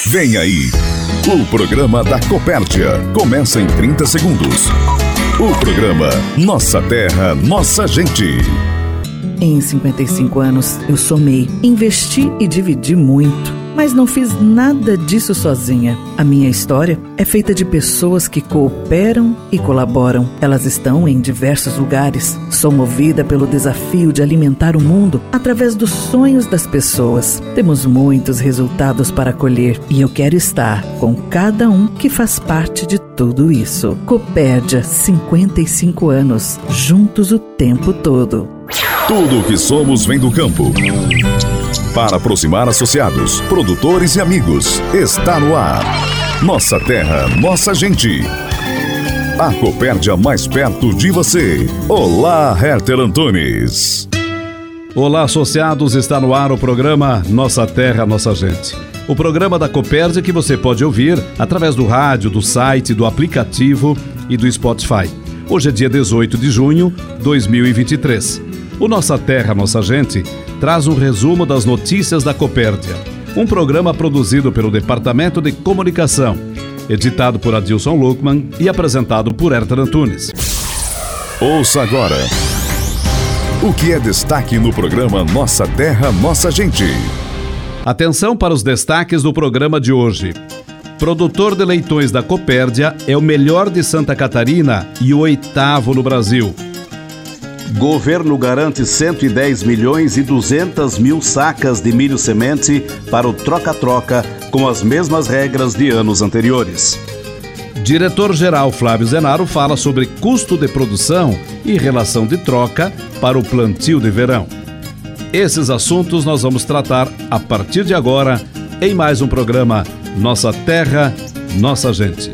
Vem aí, o programa da Copérdia. Começa em 30 segundos. O programa Nossa Terra, Nossa Gente. Em 55 anos, eu somei, investi e dividi muito, mas não fiz nada disso sozinha. A minha história é feita de pessoas que cooperam e colaboram. Elas estão em diversos lugares. Sou movida pelo desafio de alimentar o mundo através dos sonhos das pessoas. Temos muitos resultados para colher e eu quero estar com cada um que faz parte de tudo isso. Copérdia, 55 anos, juntos o tempo todo. Tudo o que somos vem do campo. Para aproximar associados, produtores e amigos, está no ar. Nossa Terra, Nossa Gente. A Copérdia mais perto de você. Olá, Herter Antunes. Olá, associados, está no ar o programa Nossa Terra, Nossa Gente. O programa da Copérdia que você pode ouvir através do rádio, do site, do aplicativo e do Spotify. Hoje é dia 18 de junho de 2023. O Nossa Terra, Nossa Gente traz um resumo das notícias da Copérdia. Um programa produzido pelo Departamento de Comunicação, editado por Adilson Luckman e apresentado por Herter Antunes. Ouça agora o que é destaque no programa Nossa Terra, Nossa Gente. Atenção para os destaques do programa de hoje. Produtor de leitões da Copérdia é o melhor de Santa Catarina e o 8º no Brasil. Governo garante 110 milhões e 200 mil sacas de milho semente para o troca-troca com as mesmas regras de anos anteriores. Diretor-geral Flávio Zenaro fala sobre custo de produção e relação de troca para o plantio de verão. Esses assuntos nós vamos tratar a partir de agora em mais um programa Nossa Terra, Nossa Gente.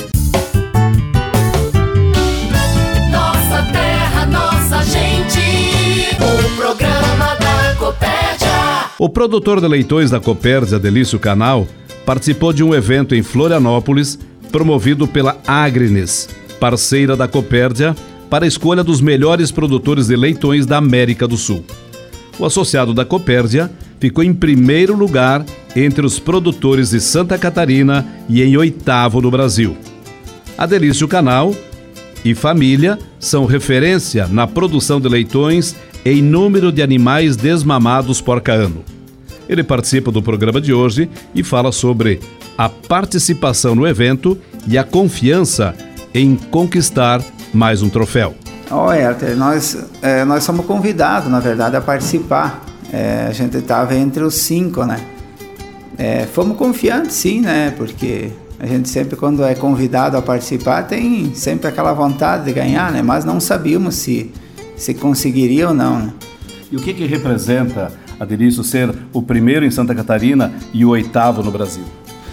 O produtor de leitões da Copérdia, Delício Canal, participou de um evento em Florianópolis, promovido pela Agrines, parceira da Copérdia, para a escolha dos melhores produtores de leitões da América do Sul. O associado da Copérdia ficou em primeiro lugar entre os produtores de Santa Catarina e em 8º no Brasil. A Delício Canal e família são referência na produção de leitões em número de animais desmamados por ano. Ele participa do programa de hoje e fala sobre a participação no evento e a confiança em conquistar mais um troféu. Herter, nós somos convidados, na verdade, a participar. A gente estava entre os 5, né? Fomos confiantes, sim, né? Porque a gente sempre, quando é convidado a participar, tem sempre aquela vontade de ganhar, né? Mas não sabíamos se conseguiria ou não, né? E o que representa, Adelício, ser o primeiro em Santa Catarina e o 8º no Brasil?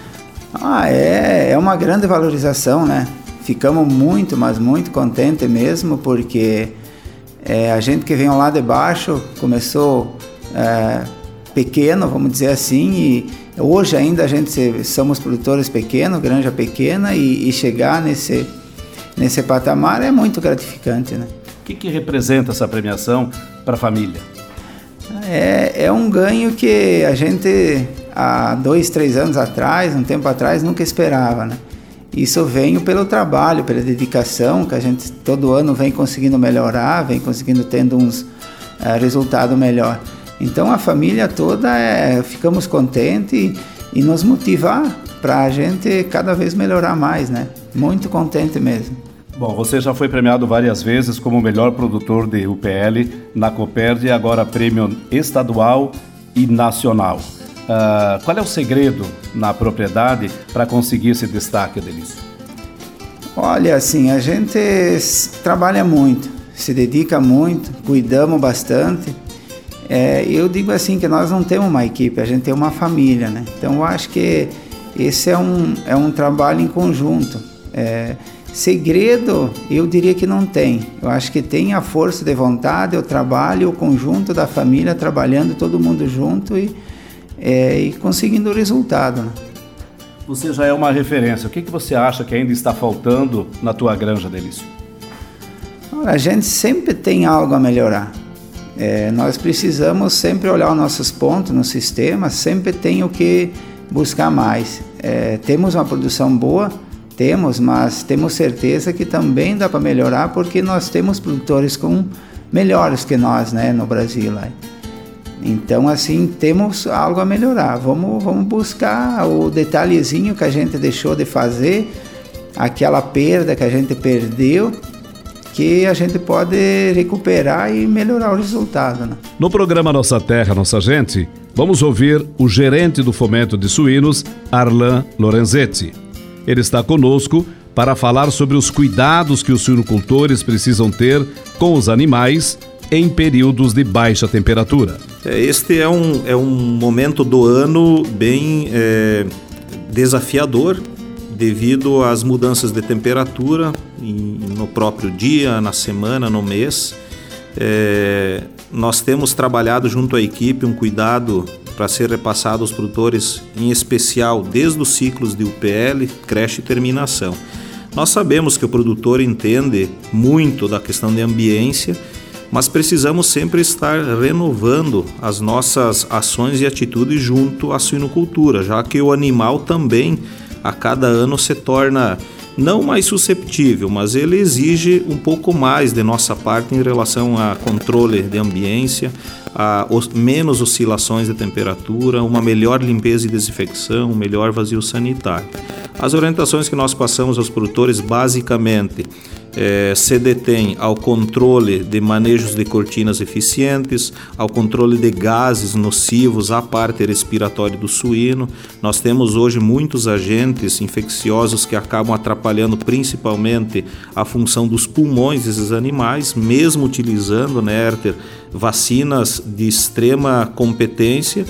É uma grande valorização, né? Ficamos muito, mas muito contentes mesmo, porque a gente que vem lá de baixo começou pequeno, vamos dizer assim, e hoje ainda somos produtores pequenos, granja pequena, e chegar nesse patamar é muito gratificante, né? O que representa essa premiação para a família? É um ganho que a gente, há 2, 3 anos atrás, um tempo atrás, nunca esperava, né? Isso vem pelo trabalho, pela dedicação, que a gente todo ano vem conseguindo melhorar, vem conseguindo tendo uns resultado melhor. Então a família toda ficamos contentes e nos motivar para a gente cada vez melhorar mais, né? Muito contente mesmo. Bom, você já foi premiado várias vezes como o melhor produtor de UPL na Copérdia, agora prêmio estadual e nacional. Qual é o segredo na propriedade para conseguir esse destaque, Adelício? Olha, assim, a gente trabalha muito, se dedica muito, cuidamos bastante. Eu digo assim que nós não temos uma equipe, a gente tem uma família, né? Então eu acho que esse é um trabalho em conjunto. Segredo, eu diria que não tem. Eu acho que tem a força de vontade, o trabalho, o conjunto da família trabalhando todo mundo junto e conseguindo o resultado, né? Você já é uma referência. O que você acha que ainda está faltando na tua granja, Delício? A gente sempre tem algo a melhorar. Nós precisamos sempre olhar os nossos pontos no sistema, sempre tem o que buscar mais. Temos uma produção boa, mas temos certeza que também dá para melhorar, porque nós temos produtores melhores que nós, né, no Brasil. Então, assim, temos algo a melhorar. Vamos buscar o detalhezinho que a gente deixou de fazer, aquela perda que a gente perdeu, que a gente pode recuperar e melhorar o resultado, né? No programa Nossa Terra, Nossa Gente, vamos ouvir o gerente do Fomento de Suínos, Arlan Lorenzetti. Ele está conosco para falar sobre os cuidados que os suinocultores precisam ter com os animais em períodos de baixa temperatura. Este é um momento do ano bem desafiador, devido às mudanças de temperatura no próprio dia, na semana, no mês. Nós temos trabalhado junto à equipe um cuidado para ser repassado aos produtores, em especial desde os ciclos de UPL, creche e terminação. Nós sabemos que o produtor entende muito da questão de ambiência, mas precisamos sempre estar renovando as nossas ações e atitudes junto à suinocultura, já que o animal também, a cada ano, se torna não mais susceptível, mas ele exige um pouco mais de nossa parte em relação a controle de ambiência, a menos oscilações de temperatura, uma melhor limpeza e desinfecção, um melhor vazio sanitário. As orientações que nós passamos aos produtores basicamente se detém ao controle de manejos de cortinas eficientes, ao controle de gases nocivos à parte respiratória do suíno. Nós temos hoje muitos agentes infecciosos que acabam atrapalhando principalmente a função dos pulmões desses animais, mesmo utilizando, Hérter, vacinas de extrema competência.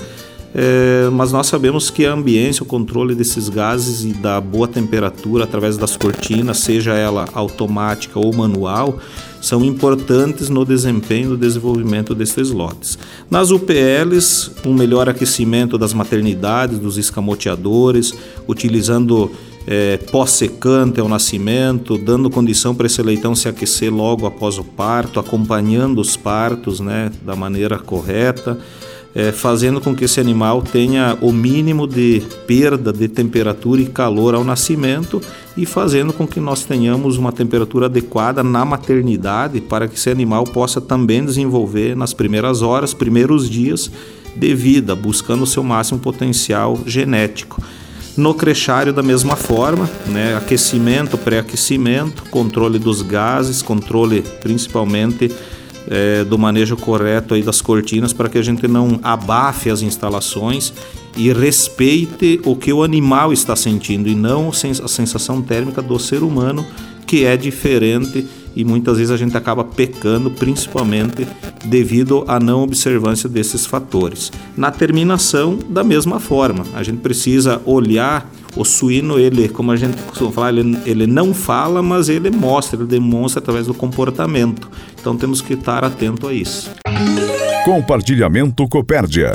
Mas nós sabemos que a ambiência, o controle desses gases e da boa temperatura através das cortinas, seja ela automática ou manual, são importantes no desempenho e no desenvolvimento desses lotes. Nas UPLs, um melhor aquecimento das maternidades, dos escamoteadores, utilizando pós-secante ao nascimento, dando condição para esse leitão se aquecer logo após o parto, acompanhando os partos, da maneira correta, fazendo com que esse animal tenha o mínimo de perda de temperatura e calor ao nascimento e fazendo com que nós tenhamos uma temperatura adequada na maternidade para que esse animal possa também desenvolver nas primeiras horas, primeiros dias de vida, buscando o seu máximo potencial genético. No crechário da mesma forma, aquecimento, pré-aquecimento, controle dos gases, controle principalmente do manejo correto aí das cortinas para que a gente não abafe as instalações e respeite o que o animal está sentindo e não a sensação térmica do ser humano, que é diferente e muitas vezes a gente acaba pecando principalmente devido à não observância desses fatores. Na terminação, da mesma forma, a gente precisa olhar o suíno, ele, como a gente costuma falar, ele não fala, mas ele mostra, ele demonstra através do comportamento. Então temos que estar atento a isso. Compartilhamento Copérdia.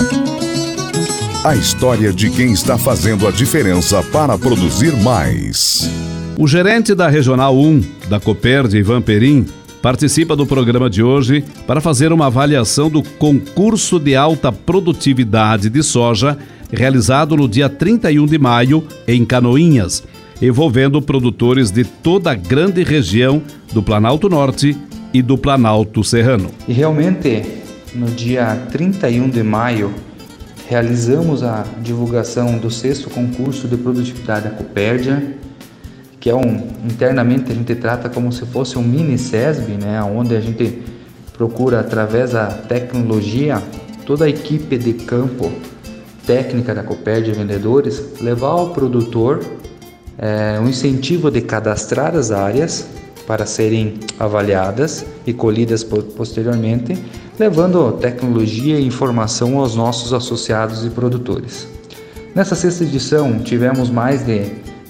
A história de quem está fazendo a diferença para produzir mais. O gerente da Regional 1 da Copérdia, Ivan Perim, participa do programa de hoje para fazer uma avaliação do concurso de alta produtividade de soja realizado no dia 31 de maio em Canoinhas, envolvendo produtores de toda a grande região do Planalto Norte e do Planalto Serrano. E realmente, no dia 31 de maio, realizamos a divulgação do 6º concurso de produtividade da Copérdia, que internamente a gente trata como se fosse um mini SESB, onde a gente procura, através da tecnologia, toda a equipe de campo técnica da Copérdia, vendedores, levar ao produtor um incentivo de cadastrar as áreas para serem avaliadas e colhidas posteriormente, levando tecnologia e informação aos nossos associados e produtores. Nessa 6ª edição, tivemos mais de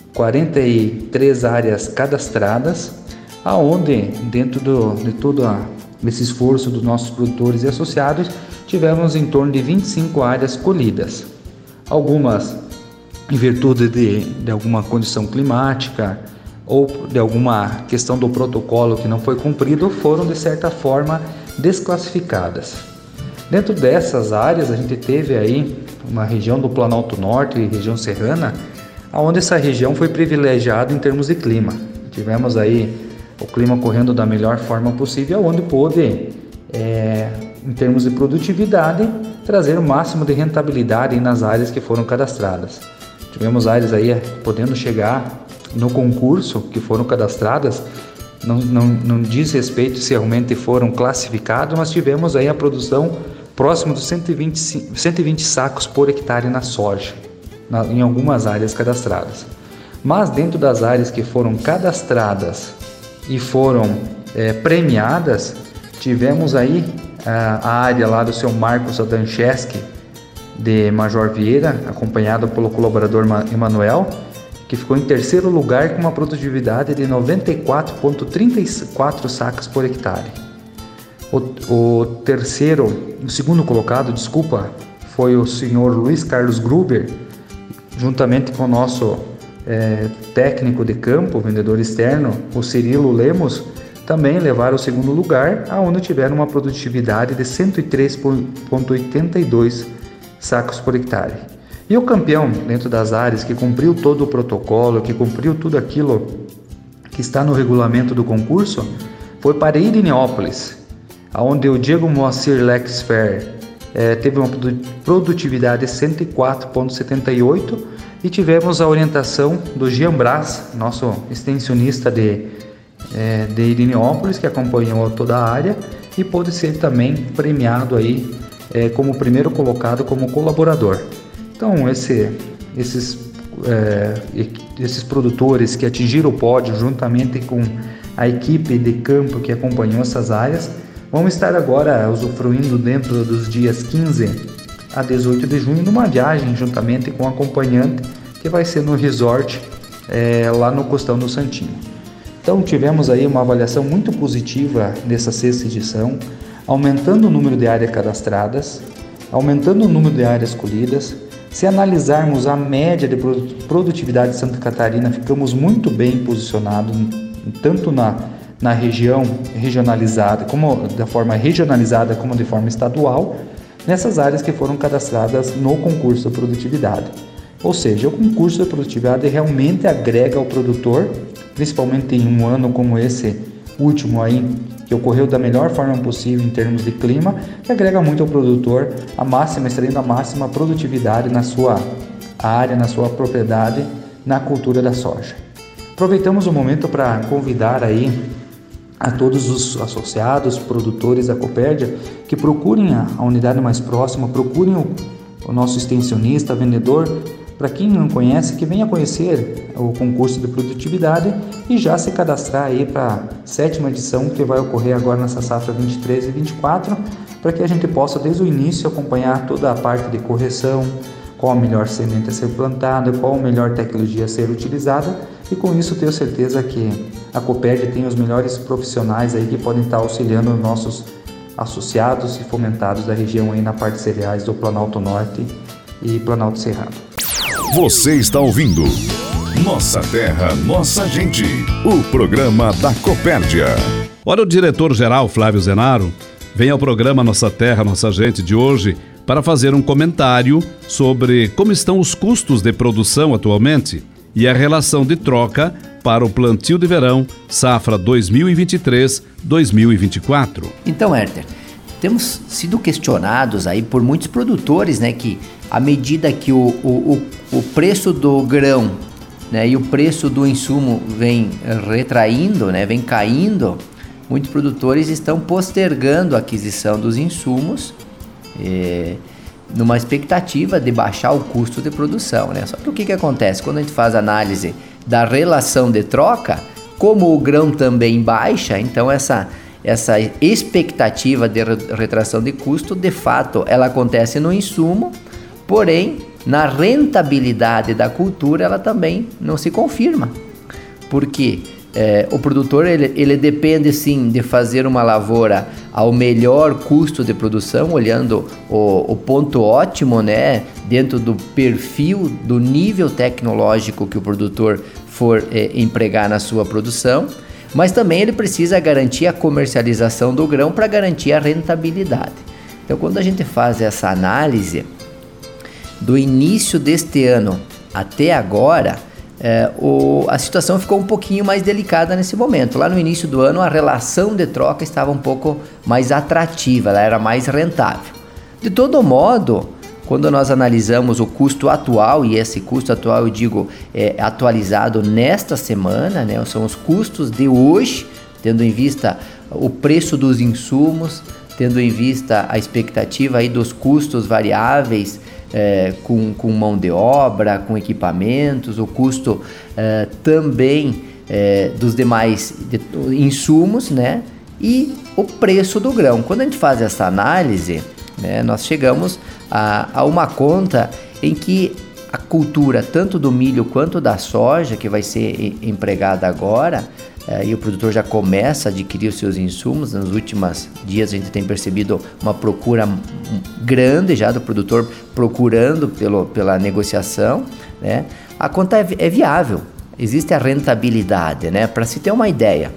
43 áreas cadastradas, aonde dentro de todo esse esforço dos nossos produtores e associados, tivemos em torno de 25 áreas colhidas. Algumas em virtude de alguma condição climática ou de alguma questão do protocolo que não foi cumprido, foram de certa forma desclassificadas. Dentro dessas áreas, a gente teve aí uma região do Planalto Norte e região serrana, onde essa região foi privilegiada em termos de clima. Tivemos aí o clima correndo da melhor forma possível, onde pôde, em termos de produtividade, trazer o máximo de rentabilidade nas áreas que foram cadastradas. Tivemos áreas aí podendo chegar no concurso que foram cadastradas, não diz respeito se realmente foram classificados, mas tivemos aí a produção próximo dos 120 sacos por hectare na soja, em algumas áreas cadastradas. Mas dentro das áreas que foram cadastradas e foram premiadas, tivemos aí a área lá do seu Marcos Adancheski, de Major Vieira, acompanhado pelo colaborador Emanuel, que ficou em terceiro lugar com uma produtividade de 94,34 sacas por hectare. O segundo colocado, foi o senhor Luiz Carlos Gruber, juntamente com o nosso técnico de campo, vendedor externo, o Cirilo Lemos, também levaram o segundo lugar, onde tiveram uma produtividade de 103,82 sacos por hectare. E o campeão, dentro das áreas, que cumpriu todo o protocolo, que cumpriu tudo aquilo que está no regulamento do concurso, foi para Irinópolis, onde o Diego Moacir Lexfer teve uma produtividade de 104,78 e tivemos a orientação do Jean Braz, nosso extensionista de Irinópolis, que acompanhou toda a área e pôde ser também premiado aí como primeiro colocado como colaborador. Então esses produtores que atingiram o pódio juntamente com a equipe de campo que acompanhou essas áreas vão estar agora usufruindo dentro dos dias 15 a 18 de junho numa viagem juntamente com o acompanhante que vai ser no resort lá no Costão do Santinho. Então tivemos aí uma avaliação muito positiva dessa sexta edição, aumentando o número de áreas cadastradas, aumentando o número de áreas colhidas. Se analisarmos a média de produtividade de Santa Catarina, ficamos muito bem posicionados, tanto na região regionalizada, como da forma regionalizada, como de forma estadual, nessas áreas que foram cadastradas no concurso de produtividade. Ou seja, o concurso de produtividade realmente agrega ao produtor, principalmente em um ano como esse último aí, que ocorreu da melhor forma possível em termos de clima, que agrega muito ao produtor extraindo a máxima produtividade na sua área, na sua propriedade, na cultura da soja. Aproveitamos o momento para convidar aí a todos os associados, produtores da Copérdia, que procurem a unidade mais próxima, procurem o nosso extensionista, vendedor. Para quem não conhece, que venha conhecer o concurso de produtividade e já se cadastrar aí para a 7ª edição que vai ocorrer agora nessa safra 23 e 24, para que a gente possa desde o início acompanhar toda a parte de correção, qual a melhor semente a ser plantada, qual a melhor tecnologia a ser utilizada, e com isso tenho certeza que a Copérdia tem os melhores profissionais aí que podem estar auxiliando os nossos associados e fomentados da região aí na parte de cereais do Planalto Norte e Planalto Cerrado. Você está ouvindo Nossa Terra, Nossa Gente, o programa da Copérdia. Ora, o diretor-geral Flávio Zenaro vem ao programa Nossa Terra, Nossa Gente de hoje para fazer um comentário sobre como estão os custos de produção atualmente e a relação de troca para o plantio de verão, safra 2023-2024. Então, Herter, temos sido questionados aí por muitos produtores, né, que à medida que o preço do grão, né, e o preço do insumo vem retraindo, né, vem caindo, muitos produtores estão postergando a aquisição dos insumos numa expectativa de baixar o custo de produção, né? Só que o que acontece? Quando a gente faz análise da relação de troca, como o grão também baixa, então essa expectativa de retração de custo, de fato, ela acontece no insumo, porém, na rentabilidade da cultura, ela também não se confirma. Porque o produtor, ele depende, sim, de fazer uma lavoura ao melhor custo de produção, olhando o ponto ótimo, né, dentro do perfil, do nível tecnológico que o produtor for empregar na sua produção, mas também ele precisa garantir a comercialização do grão para garantir a rentabilidade. Então, quando a gente faz essa análise do início deste ano até agora, a situação ficou um pouquinho mais delicada nesse momento. Lá no início do ano, a relação de troca estava um pouco mais atrativa, ela era mais rentável. De todo modo, quando nós analisamos o custo atual, e esse custo atual eu digo atualizado nesta semana, né, são os custos de hoje, tendo em vista o preço dos insumos, tendo em vista a expectativa aí dos custos variáveis, com mão de obra, com equipamentos, o custo também dos demais insumos, né? E o preço do grão. Quando a gente faz essa análise, né, nós chegamos a uma conta em que a cultura, tanto do milho quanto da soja, que vai ser empregada agora, e o produtor já começa a adquirir os seus insumos. Nos últimos dias a gente tem percebido uma procura grande já do produtor procurando pela negociação, né? A conta é viável, existe a rentabilidade, né? Para se ter uma ideia,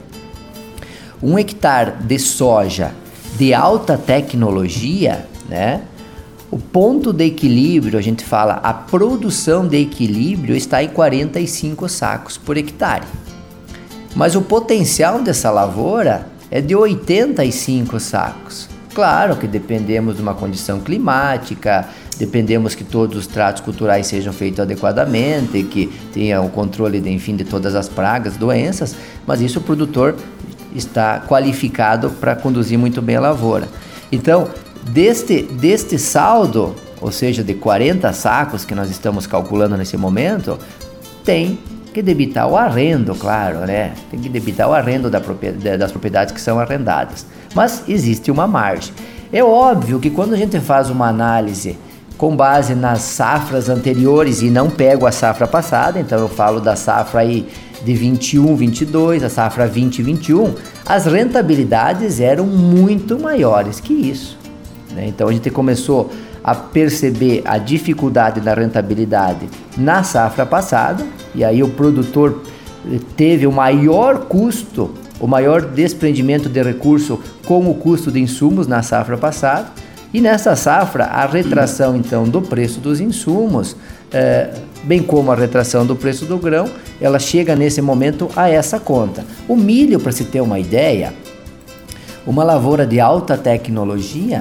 1 hectare de soja de alta tecnologia, né? O ponto de equilíbrio, a gente fala, a produção de equilíbrio está em 45 sacos por hectare. Mas o potencial dessa lavoura é de 85 sacos. Claro que dependemos de uma condição climática, dependemos que todos os tratos culturais sejam feitos adequadamente, que tenha o controle de todas as pragas, doenças, mas isso o produtor está qualificado para conduzir muito bem a lavoura. Então, deste saldo, ou seja, de 40 sacos que nós estamos calculando nesse momento, tem que debitar o arrendo, claro, né? Tem que debitar o arrendo das propriedades que são arrendadas. Mas existe uma margem. É óbvio que quando a gente faz uma análise com base nas safras anteriores e não pego a safra passada, então eu falo da safra aí de 21, 22, a safra 20, 21, as rentabilidades eram muito maiores que isso, né? Então a gente começou a perceber a dificuldade da rentabilidade na safra passada, e aí o produtor teve o maior custo, o maior desprendimento de recurso com o custo de insumos na safra passada, e nessa safra a retração então do preço dos insumos, bem como a retração do preço do grão, ela chega nesse momento a essa conta. O milho, para se ter uma ideia, uma lavoura de alta tecnologia,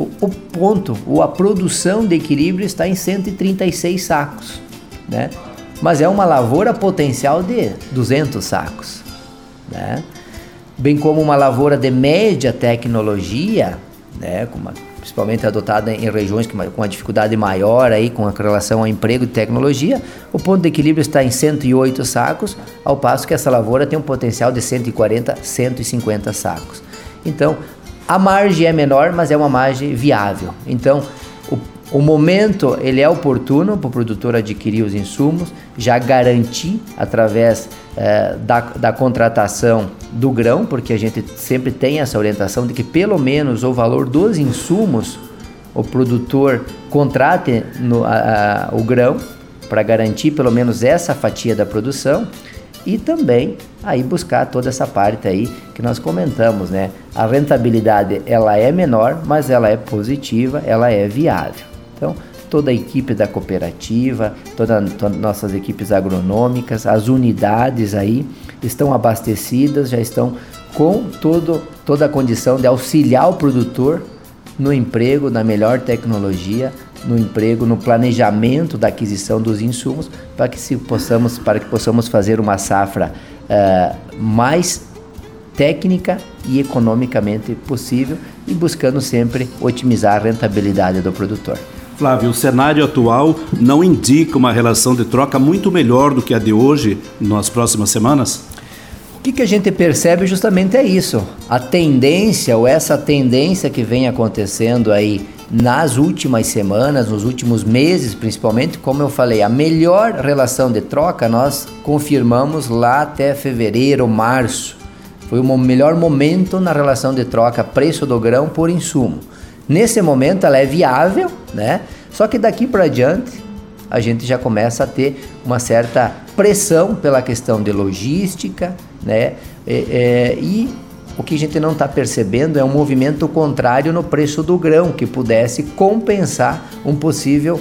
a produção de equilíbrio está em 136 sacos, né? Mas é uma lavoura potencial de 200 sacos, né? Bem como uma lavoura de média tecnologia, né? Principalmente adotada em regiões com uma dificuldade maior aí, com relação ao emprego de tecnologia, o ponto de equilíbrio está em 108 sacos, ao passo que essa lavoura tem um potencial de 140, 150 sacos. Então, a margem é menor, mas é uma margem viável. Então, o momento ele é oportuno para o produtor adquirir os insumos, já garantir através da contratação do grão, porque a gente sempre tem essa orientação de que pelo menos o valor dos insumos o produtor contrate o grão para garantir pelo menos essa fatia da produção. E também aí buscar toda essa parte aí que nós comentamos, né? A rentabilidade ela é menor, mas ela é positiva, ela é viável. Então, toda a equipe da cooperativa, todas nossas equipes agronômicas, as unidades aí estão abastecidas, já estão com toda a condição de auxiliar o produtor no emprego, na melhor tecnologia, no emprego, no planejamento da aquisição dos insumos, para que possamos fazer uma safra mais técnica e economicamente possível, e buscando sempre otimizar a rentabilidade do produtor. Flávio, o cenário atual não indica uma relação de troca muito melhor do que a de hoje nas próximas semanas? O que a gente percebe justamente é isso, a tendência, ou essa tendência que vem acontecendo aí nas últimas semanas, nos últimos meses principalmente. Como eu falei, a melhor relação de troca nós confirmamos lá até fevereiro, março. Foi o melhor momento na relação de troca preço do grão por insumo. Nesse momento ela é viável, né? Só que daqui para adiante a gente já começa a ter uma certa pressão pela questão de logística, né? E o que a gente não está percebendo é um movimento contrário no preço do grão, que pudesse compensar um possível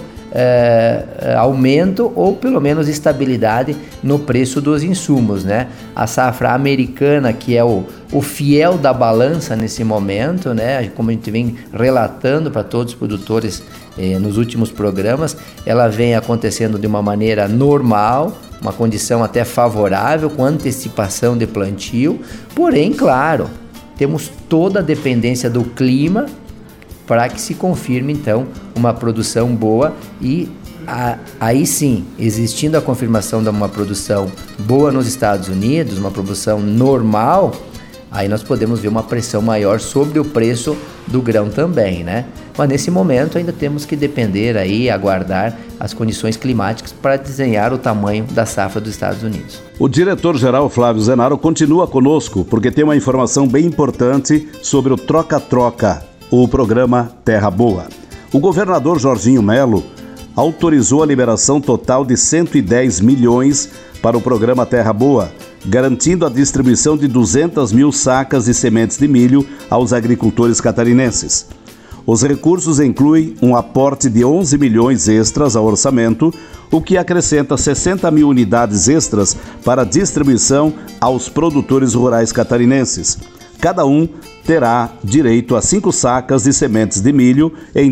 aumento ou pelo menos estabilidade no preço dos insumos, né? A safra americana, que é o fiel da balança nesse momento, né? Como a gente vem relatando para todos os produtores nos últimos programas, ela vem acontecendo de uma maneira normal, uma condição até favorável, com antecipação de plantio, porém, claro, temos toda a dependência do clima para que se confirme, então, uma produção boa e aí sim, existindo a confirmação de uma produção boa nos Estados Unidos, uma produção normal, aí nós podemos ver uma pressão maior sobre o preço do grão também, né? Mas nesse momento ainda temos que depender aí, aguardar as condições climáticas para desenhar o tamanho da safra dos Estados Unidos. O diretor-geral Flávio Zenaro continua conosco porque tem uma informação bem importante sobre o Troca-Troca, o programa Terra Boa. O governador Jorginho Melo autorizou a liberação total de 110 milhões para o programa Terra Boa, garantindo a distribuição de 200 mil sacas de sementes de milho aos agricultores catarinenses. Os recursos incluem um aporte de 11 milhões extras ao orçamento, o que acrescenta 60 mil unidades extras para distribuição aos produtores rurais catarinenses. Cada um terá direito a 5 sacas de sementes de milho em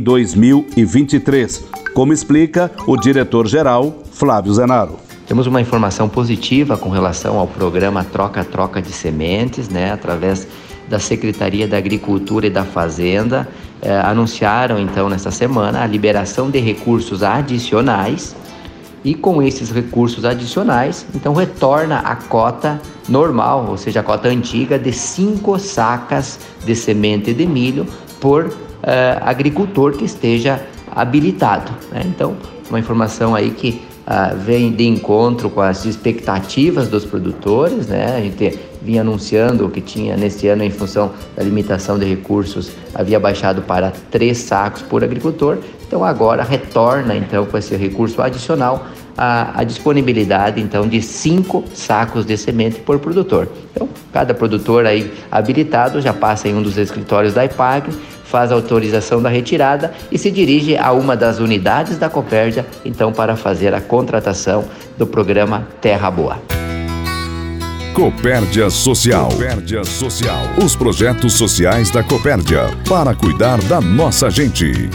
2023, como explica o diretor-geral Flávio Zenaro. Temos uma informação positiva com relação ao programa Troca-Troca de Sementes, né? Através da Secretaria da Agricultura e da Fazenda, anunciaram então nesta semana a liberação de recursos adicionais. E com esses recursos adicionais, então retorna a cota normal, ou seja, a cota antiga de 5 sacas de semente de milho por agricultor que esteja habilitado, né? Então, uma informação aí que vem de encontro com as expectativas dos produtores, né? A gente vinha anunciando que tinha neste ano, em função da limitação de recursos, havia baixado para 3 sacos por agricultor. Então agora retorna então com esse recurso adicional a disponibilidade então de 5 sacos de semente por produtor. Então cada produtor aí habilitado já passa em um dos escritórios da IPAGRE, faz a autorização da retirada e se dirige a uma das unidades da Copérdia então para fazer a contratação do programa Terra Boa. Copérdia Social. Copérdia Social. Os projetos sociais da Copérdia para cuidar da nossa gente.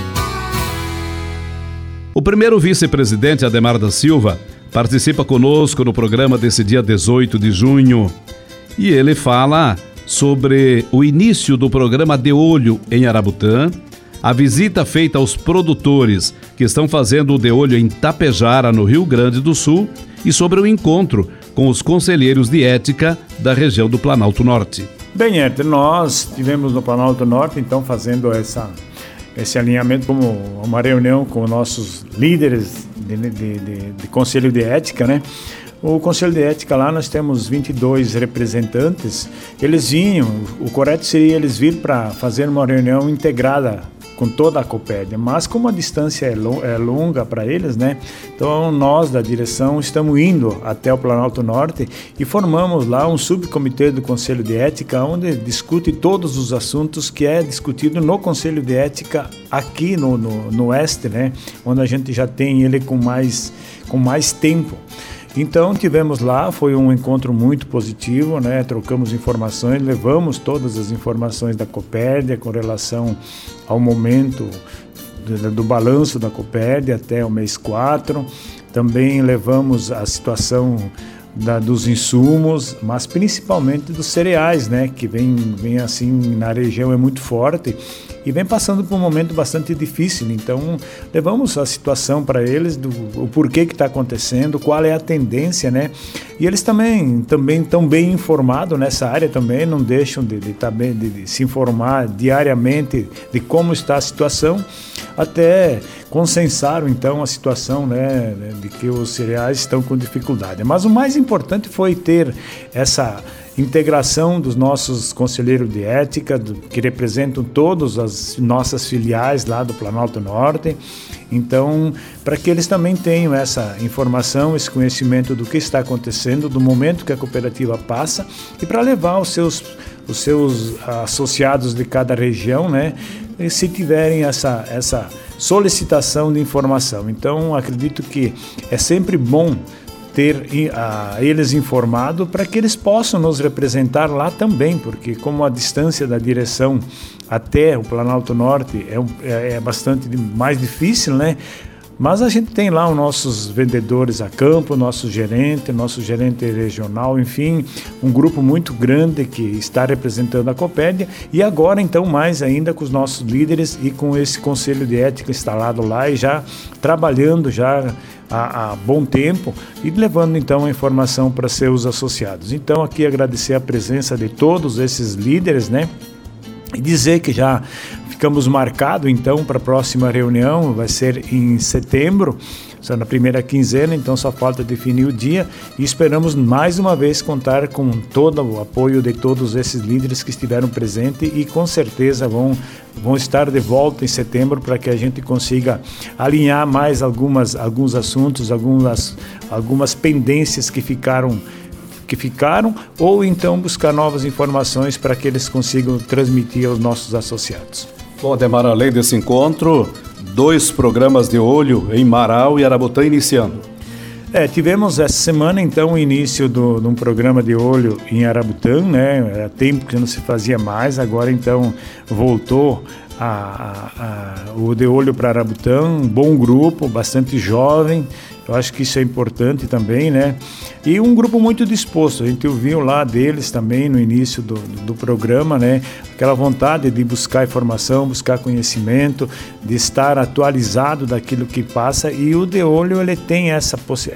O primeiro vice-presidente, Ademar da Silva, participa conosco no programa desse dia 18 de junho. E ele fala sobre o início do programa De Olho em Arabutã, a visita feita aos produtores que estão fazendo o De Olho em Tapejara, no Rio Grande do Sul, e sobre o encontro com os conselheiros de ética da região do Planalto Norte. Bem, Herter, nós estivemos no Planalto Norte, então, fazendo esse alinhamento, como uma reunião com nossos líderes de Conselho de Ética, né? O Conselho de Ética lá, nós temos 22 representantes. Eles vinham, o correto seria eles vir para fazer uma reunião integrada com toda a Copérdia, mas como a distância é longa para eles, né? Então nós da direção estamos indo até o Planalto Norte e formamos lá um subcomitê do Conselho de Ética, onde discute todos os assuntos que é discutido no Conselho de Ética aqui no Oeste, né? Onde a gente já tem ele com mais tempo. Então tivemos lá, foi um encontro muito positivo, né? Trocamos informações, levamos todas as informações da Copérdia com relação ao momento do balanço da Copérdia até o mês 4. Também levamos a situação dos insumos, mas principalmente dos cereais, né? Que vem assim na região, é muito forte e vem passando por um momento bastante difícil. Então levamos a situação para eles, o porquê que está acontecendo, qual é a tendência, né? E eles também estão bem informados nessa área, também não deixam de se informar diariamente de como está a situação, até consensaram então a situação, né, de que os cereais estão com dificuldade. Mas o mais importante foi ter essa integração dos nossos conselheiros de ética, que representam todas as nossas filiais lá do Planalto Norte. Então, para que eles também tenham essa informação, esse conhecimento do que está acontecendo, do momento que a cooperativa passa, e para levar os associados de cada região, né? E se tiverem essa solicitação de informação. Então, acredito que é sempre bom ter eles informados para que eles possam nos representar lá também, porque como a distância da direção até o Planalto Norte é bastante mais difícil, né? Mas a gente tem lá os nossos vendedores a campo, nosso gerente regional, enfim, um grupo muito grande que está representando a Copérdia, e agora então mais ainda com os nossos líderes e com esse conselho de ética instalado lá e já trabalhando já há bom tempo e levando então a informação para seus associados. Então aqui agradecer a presença de todos esses líderes, né? E dizer que já ficamos marcados então para a próxima reunião, vai ser em setembro, só na primeira quinzena, então só falta definir o dia e esperamos mais uma vez contar com todo o apoio de todos esses líderes que estiveram presentes e com certeza vão estar de volta em setembro para que a gente consiga alinhar mais alguns assuntos, algumas pendências que ficaram, ou então buscar novas informações para que eles consigam transmitir aos nossos associados. Bom, Ademar, além desse encontro, 2 programas de olho em Marau e Arabutã iniciando. Tivemos essa semana, então, o início de um programa de olho em Arabutã, né? Era tempo que não se fazia mais, agora, então, voltou o de olho para Arabutã, um bom grupo, bastante jovem, eu acho que isso é importante também, né? E um grupo muito disposto, a gente ouviu lá deles também no início do programa, né? Aquela vontade de buscar informação, buscar conhecimento, de estar atualizado daquilo que passa, e o de olho ele tem essa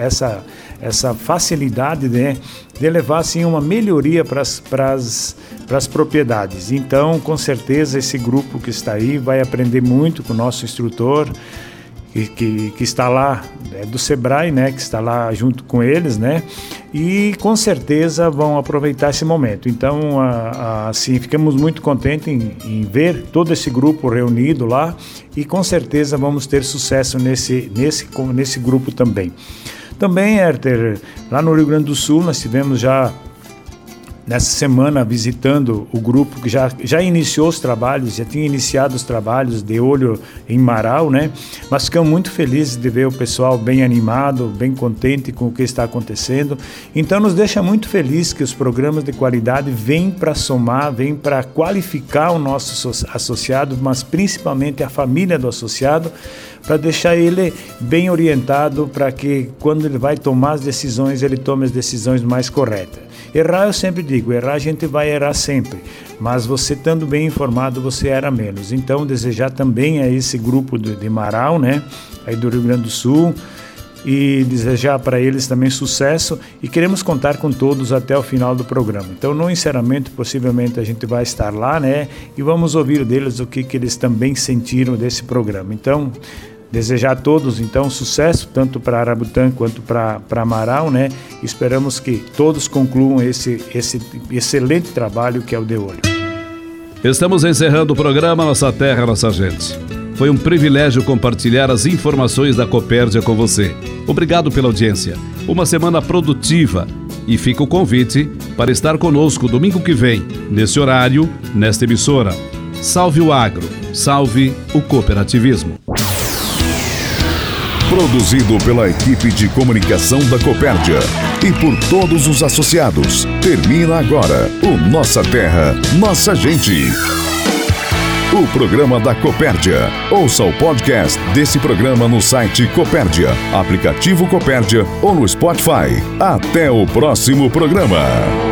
facilidade, né, de levar assim, uma melhoria para as propriedades. Então, com certeza, esse grupo que está aí vai aprender muito com o nosso instrutor, que está lá, do Sebrae, né, que está lá junto com eles, né, e com certeza vão aproveitar esse momento. Então, assim, ficamos muito contentes em ver todo esse grupo reunido lá e com certeza vamos ter sucesso nesse grupo também. Também, Herter, lá no Rio Grande do Sul, nós tivemos já nessa semana visitando o grupo que já iniciou os trabalhos, já tinha iniciado os trabalhos de olho em Marau, né? Mas ficamos muito felizes de ver o pessoal bem animado, bem contente com o que está acontecendo. Então nos deixa muito feliz que os programas de qualidade vêm para somar, vêm para qualificar o nosso associado, mas principalmente a família do associado, para deixar ele bem orientado para que quando ele vai tomar as decisões, ele tome as decisões mais corretas. Errar, eu sempre digo, errar a gente vai errar sempre, mas você estando bem informado, você erra menos. Então, desejar também a esse grupo de Marau, né, aí do Rio Grande do Sul, e desejar para eles também sucesso, e queremos contar com todos até o final do programa. Então, no encerramento, possivelmente a gente vai estar lá, né, e vamos ouvir deles o que eles também sentiram desse programa. Então, desejar a todos, então, sucesso, tanto para Arabutã quanto para Marau, né? Esperamos que todos concluam esse excelente trabalho que é o de olho. Estamos encerrando o programa Nossa Terra, Nossa Gente. Foi um privilégio compartilhar as informações da Copérdia com você. Obrigado pela audiência. Uma semana produtiva. E fica o convite para estar conosco domingo que vem, nesse horário, nesta emissora. Salve o agro, salve o cooperativismo. Produzido pela equipe de comunicação da Copérdia e por todos os associados. Termina agora o Nossa Terra, Nossa Gente. O programa da Copérdia. Ouça o podcast desse programa no site Copérdia, aplicativo Copérdia ou no Spotify. Até o próximo programa.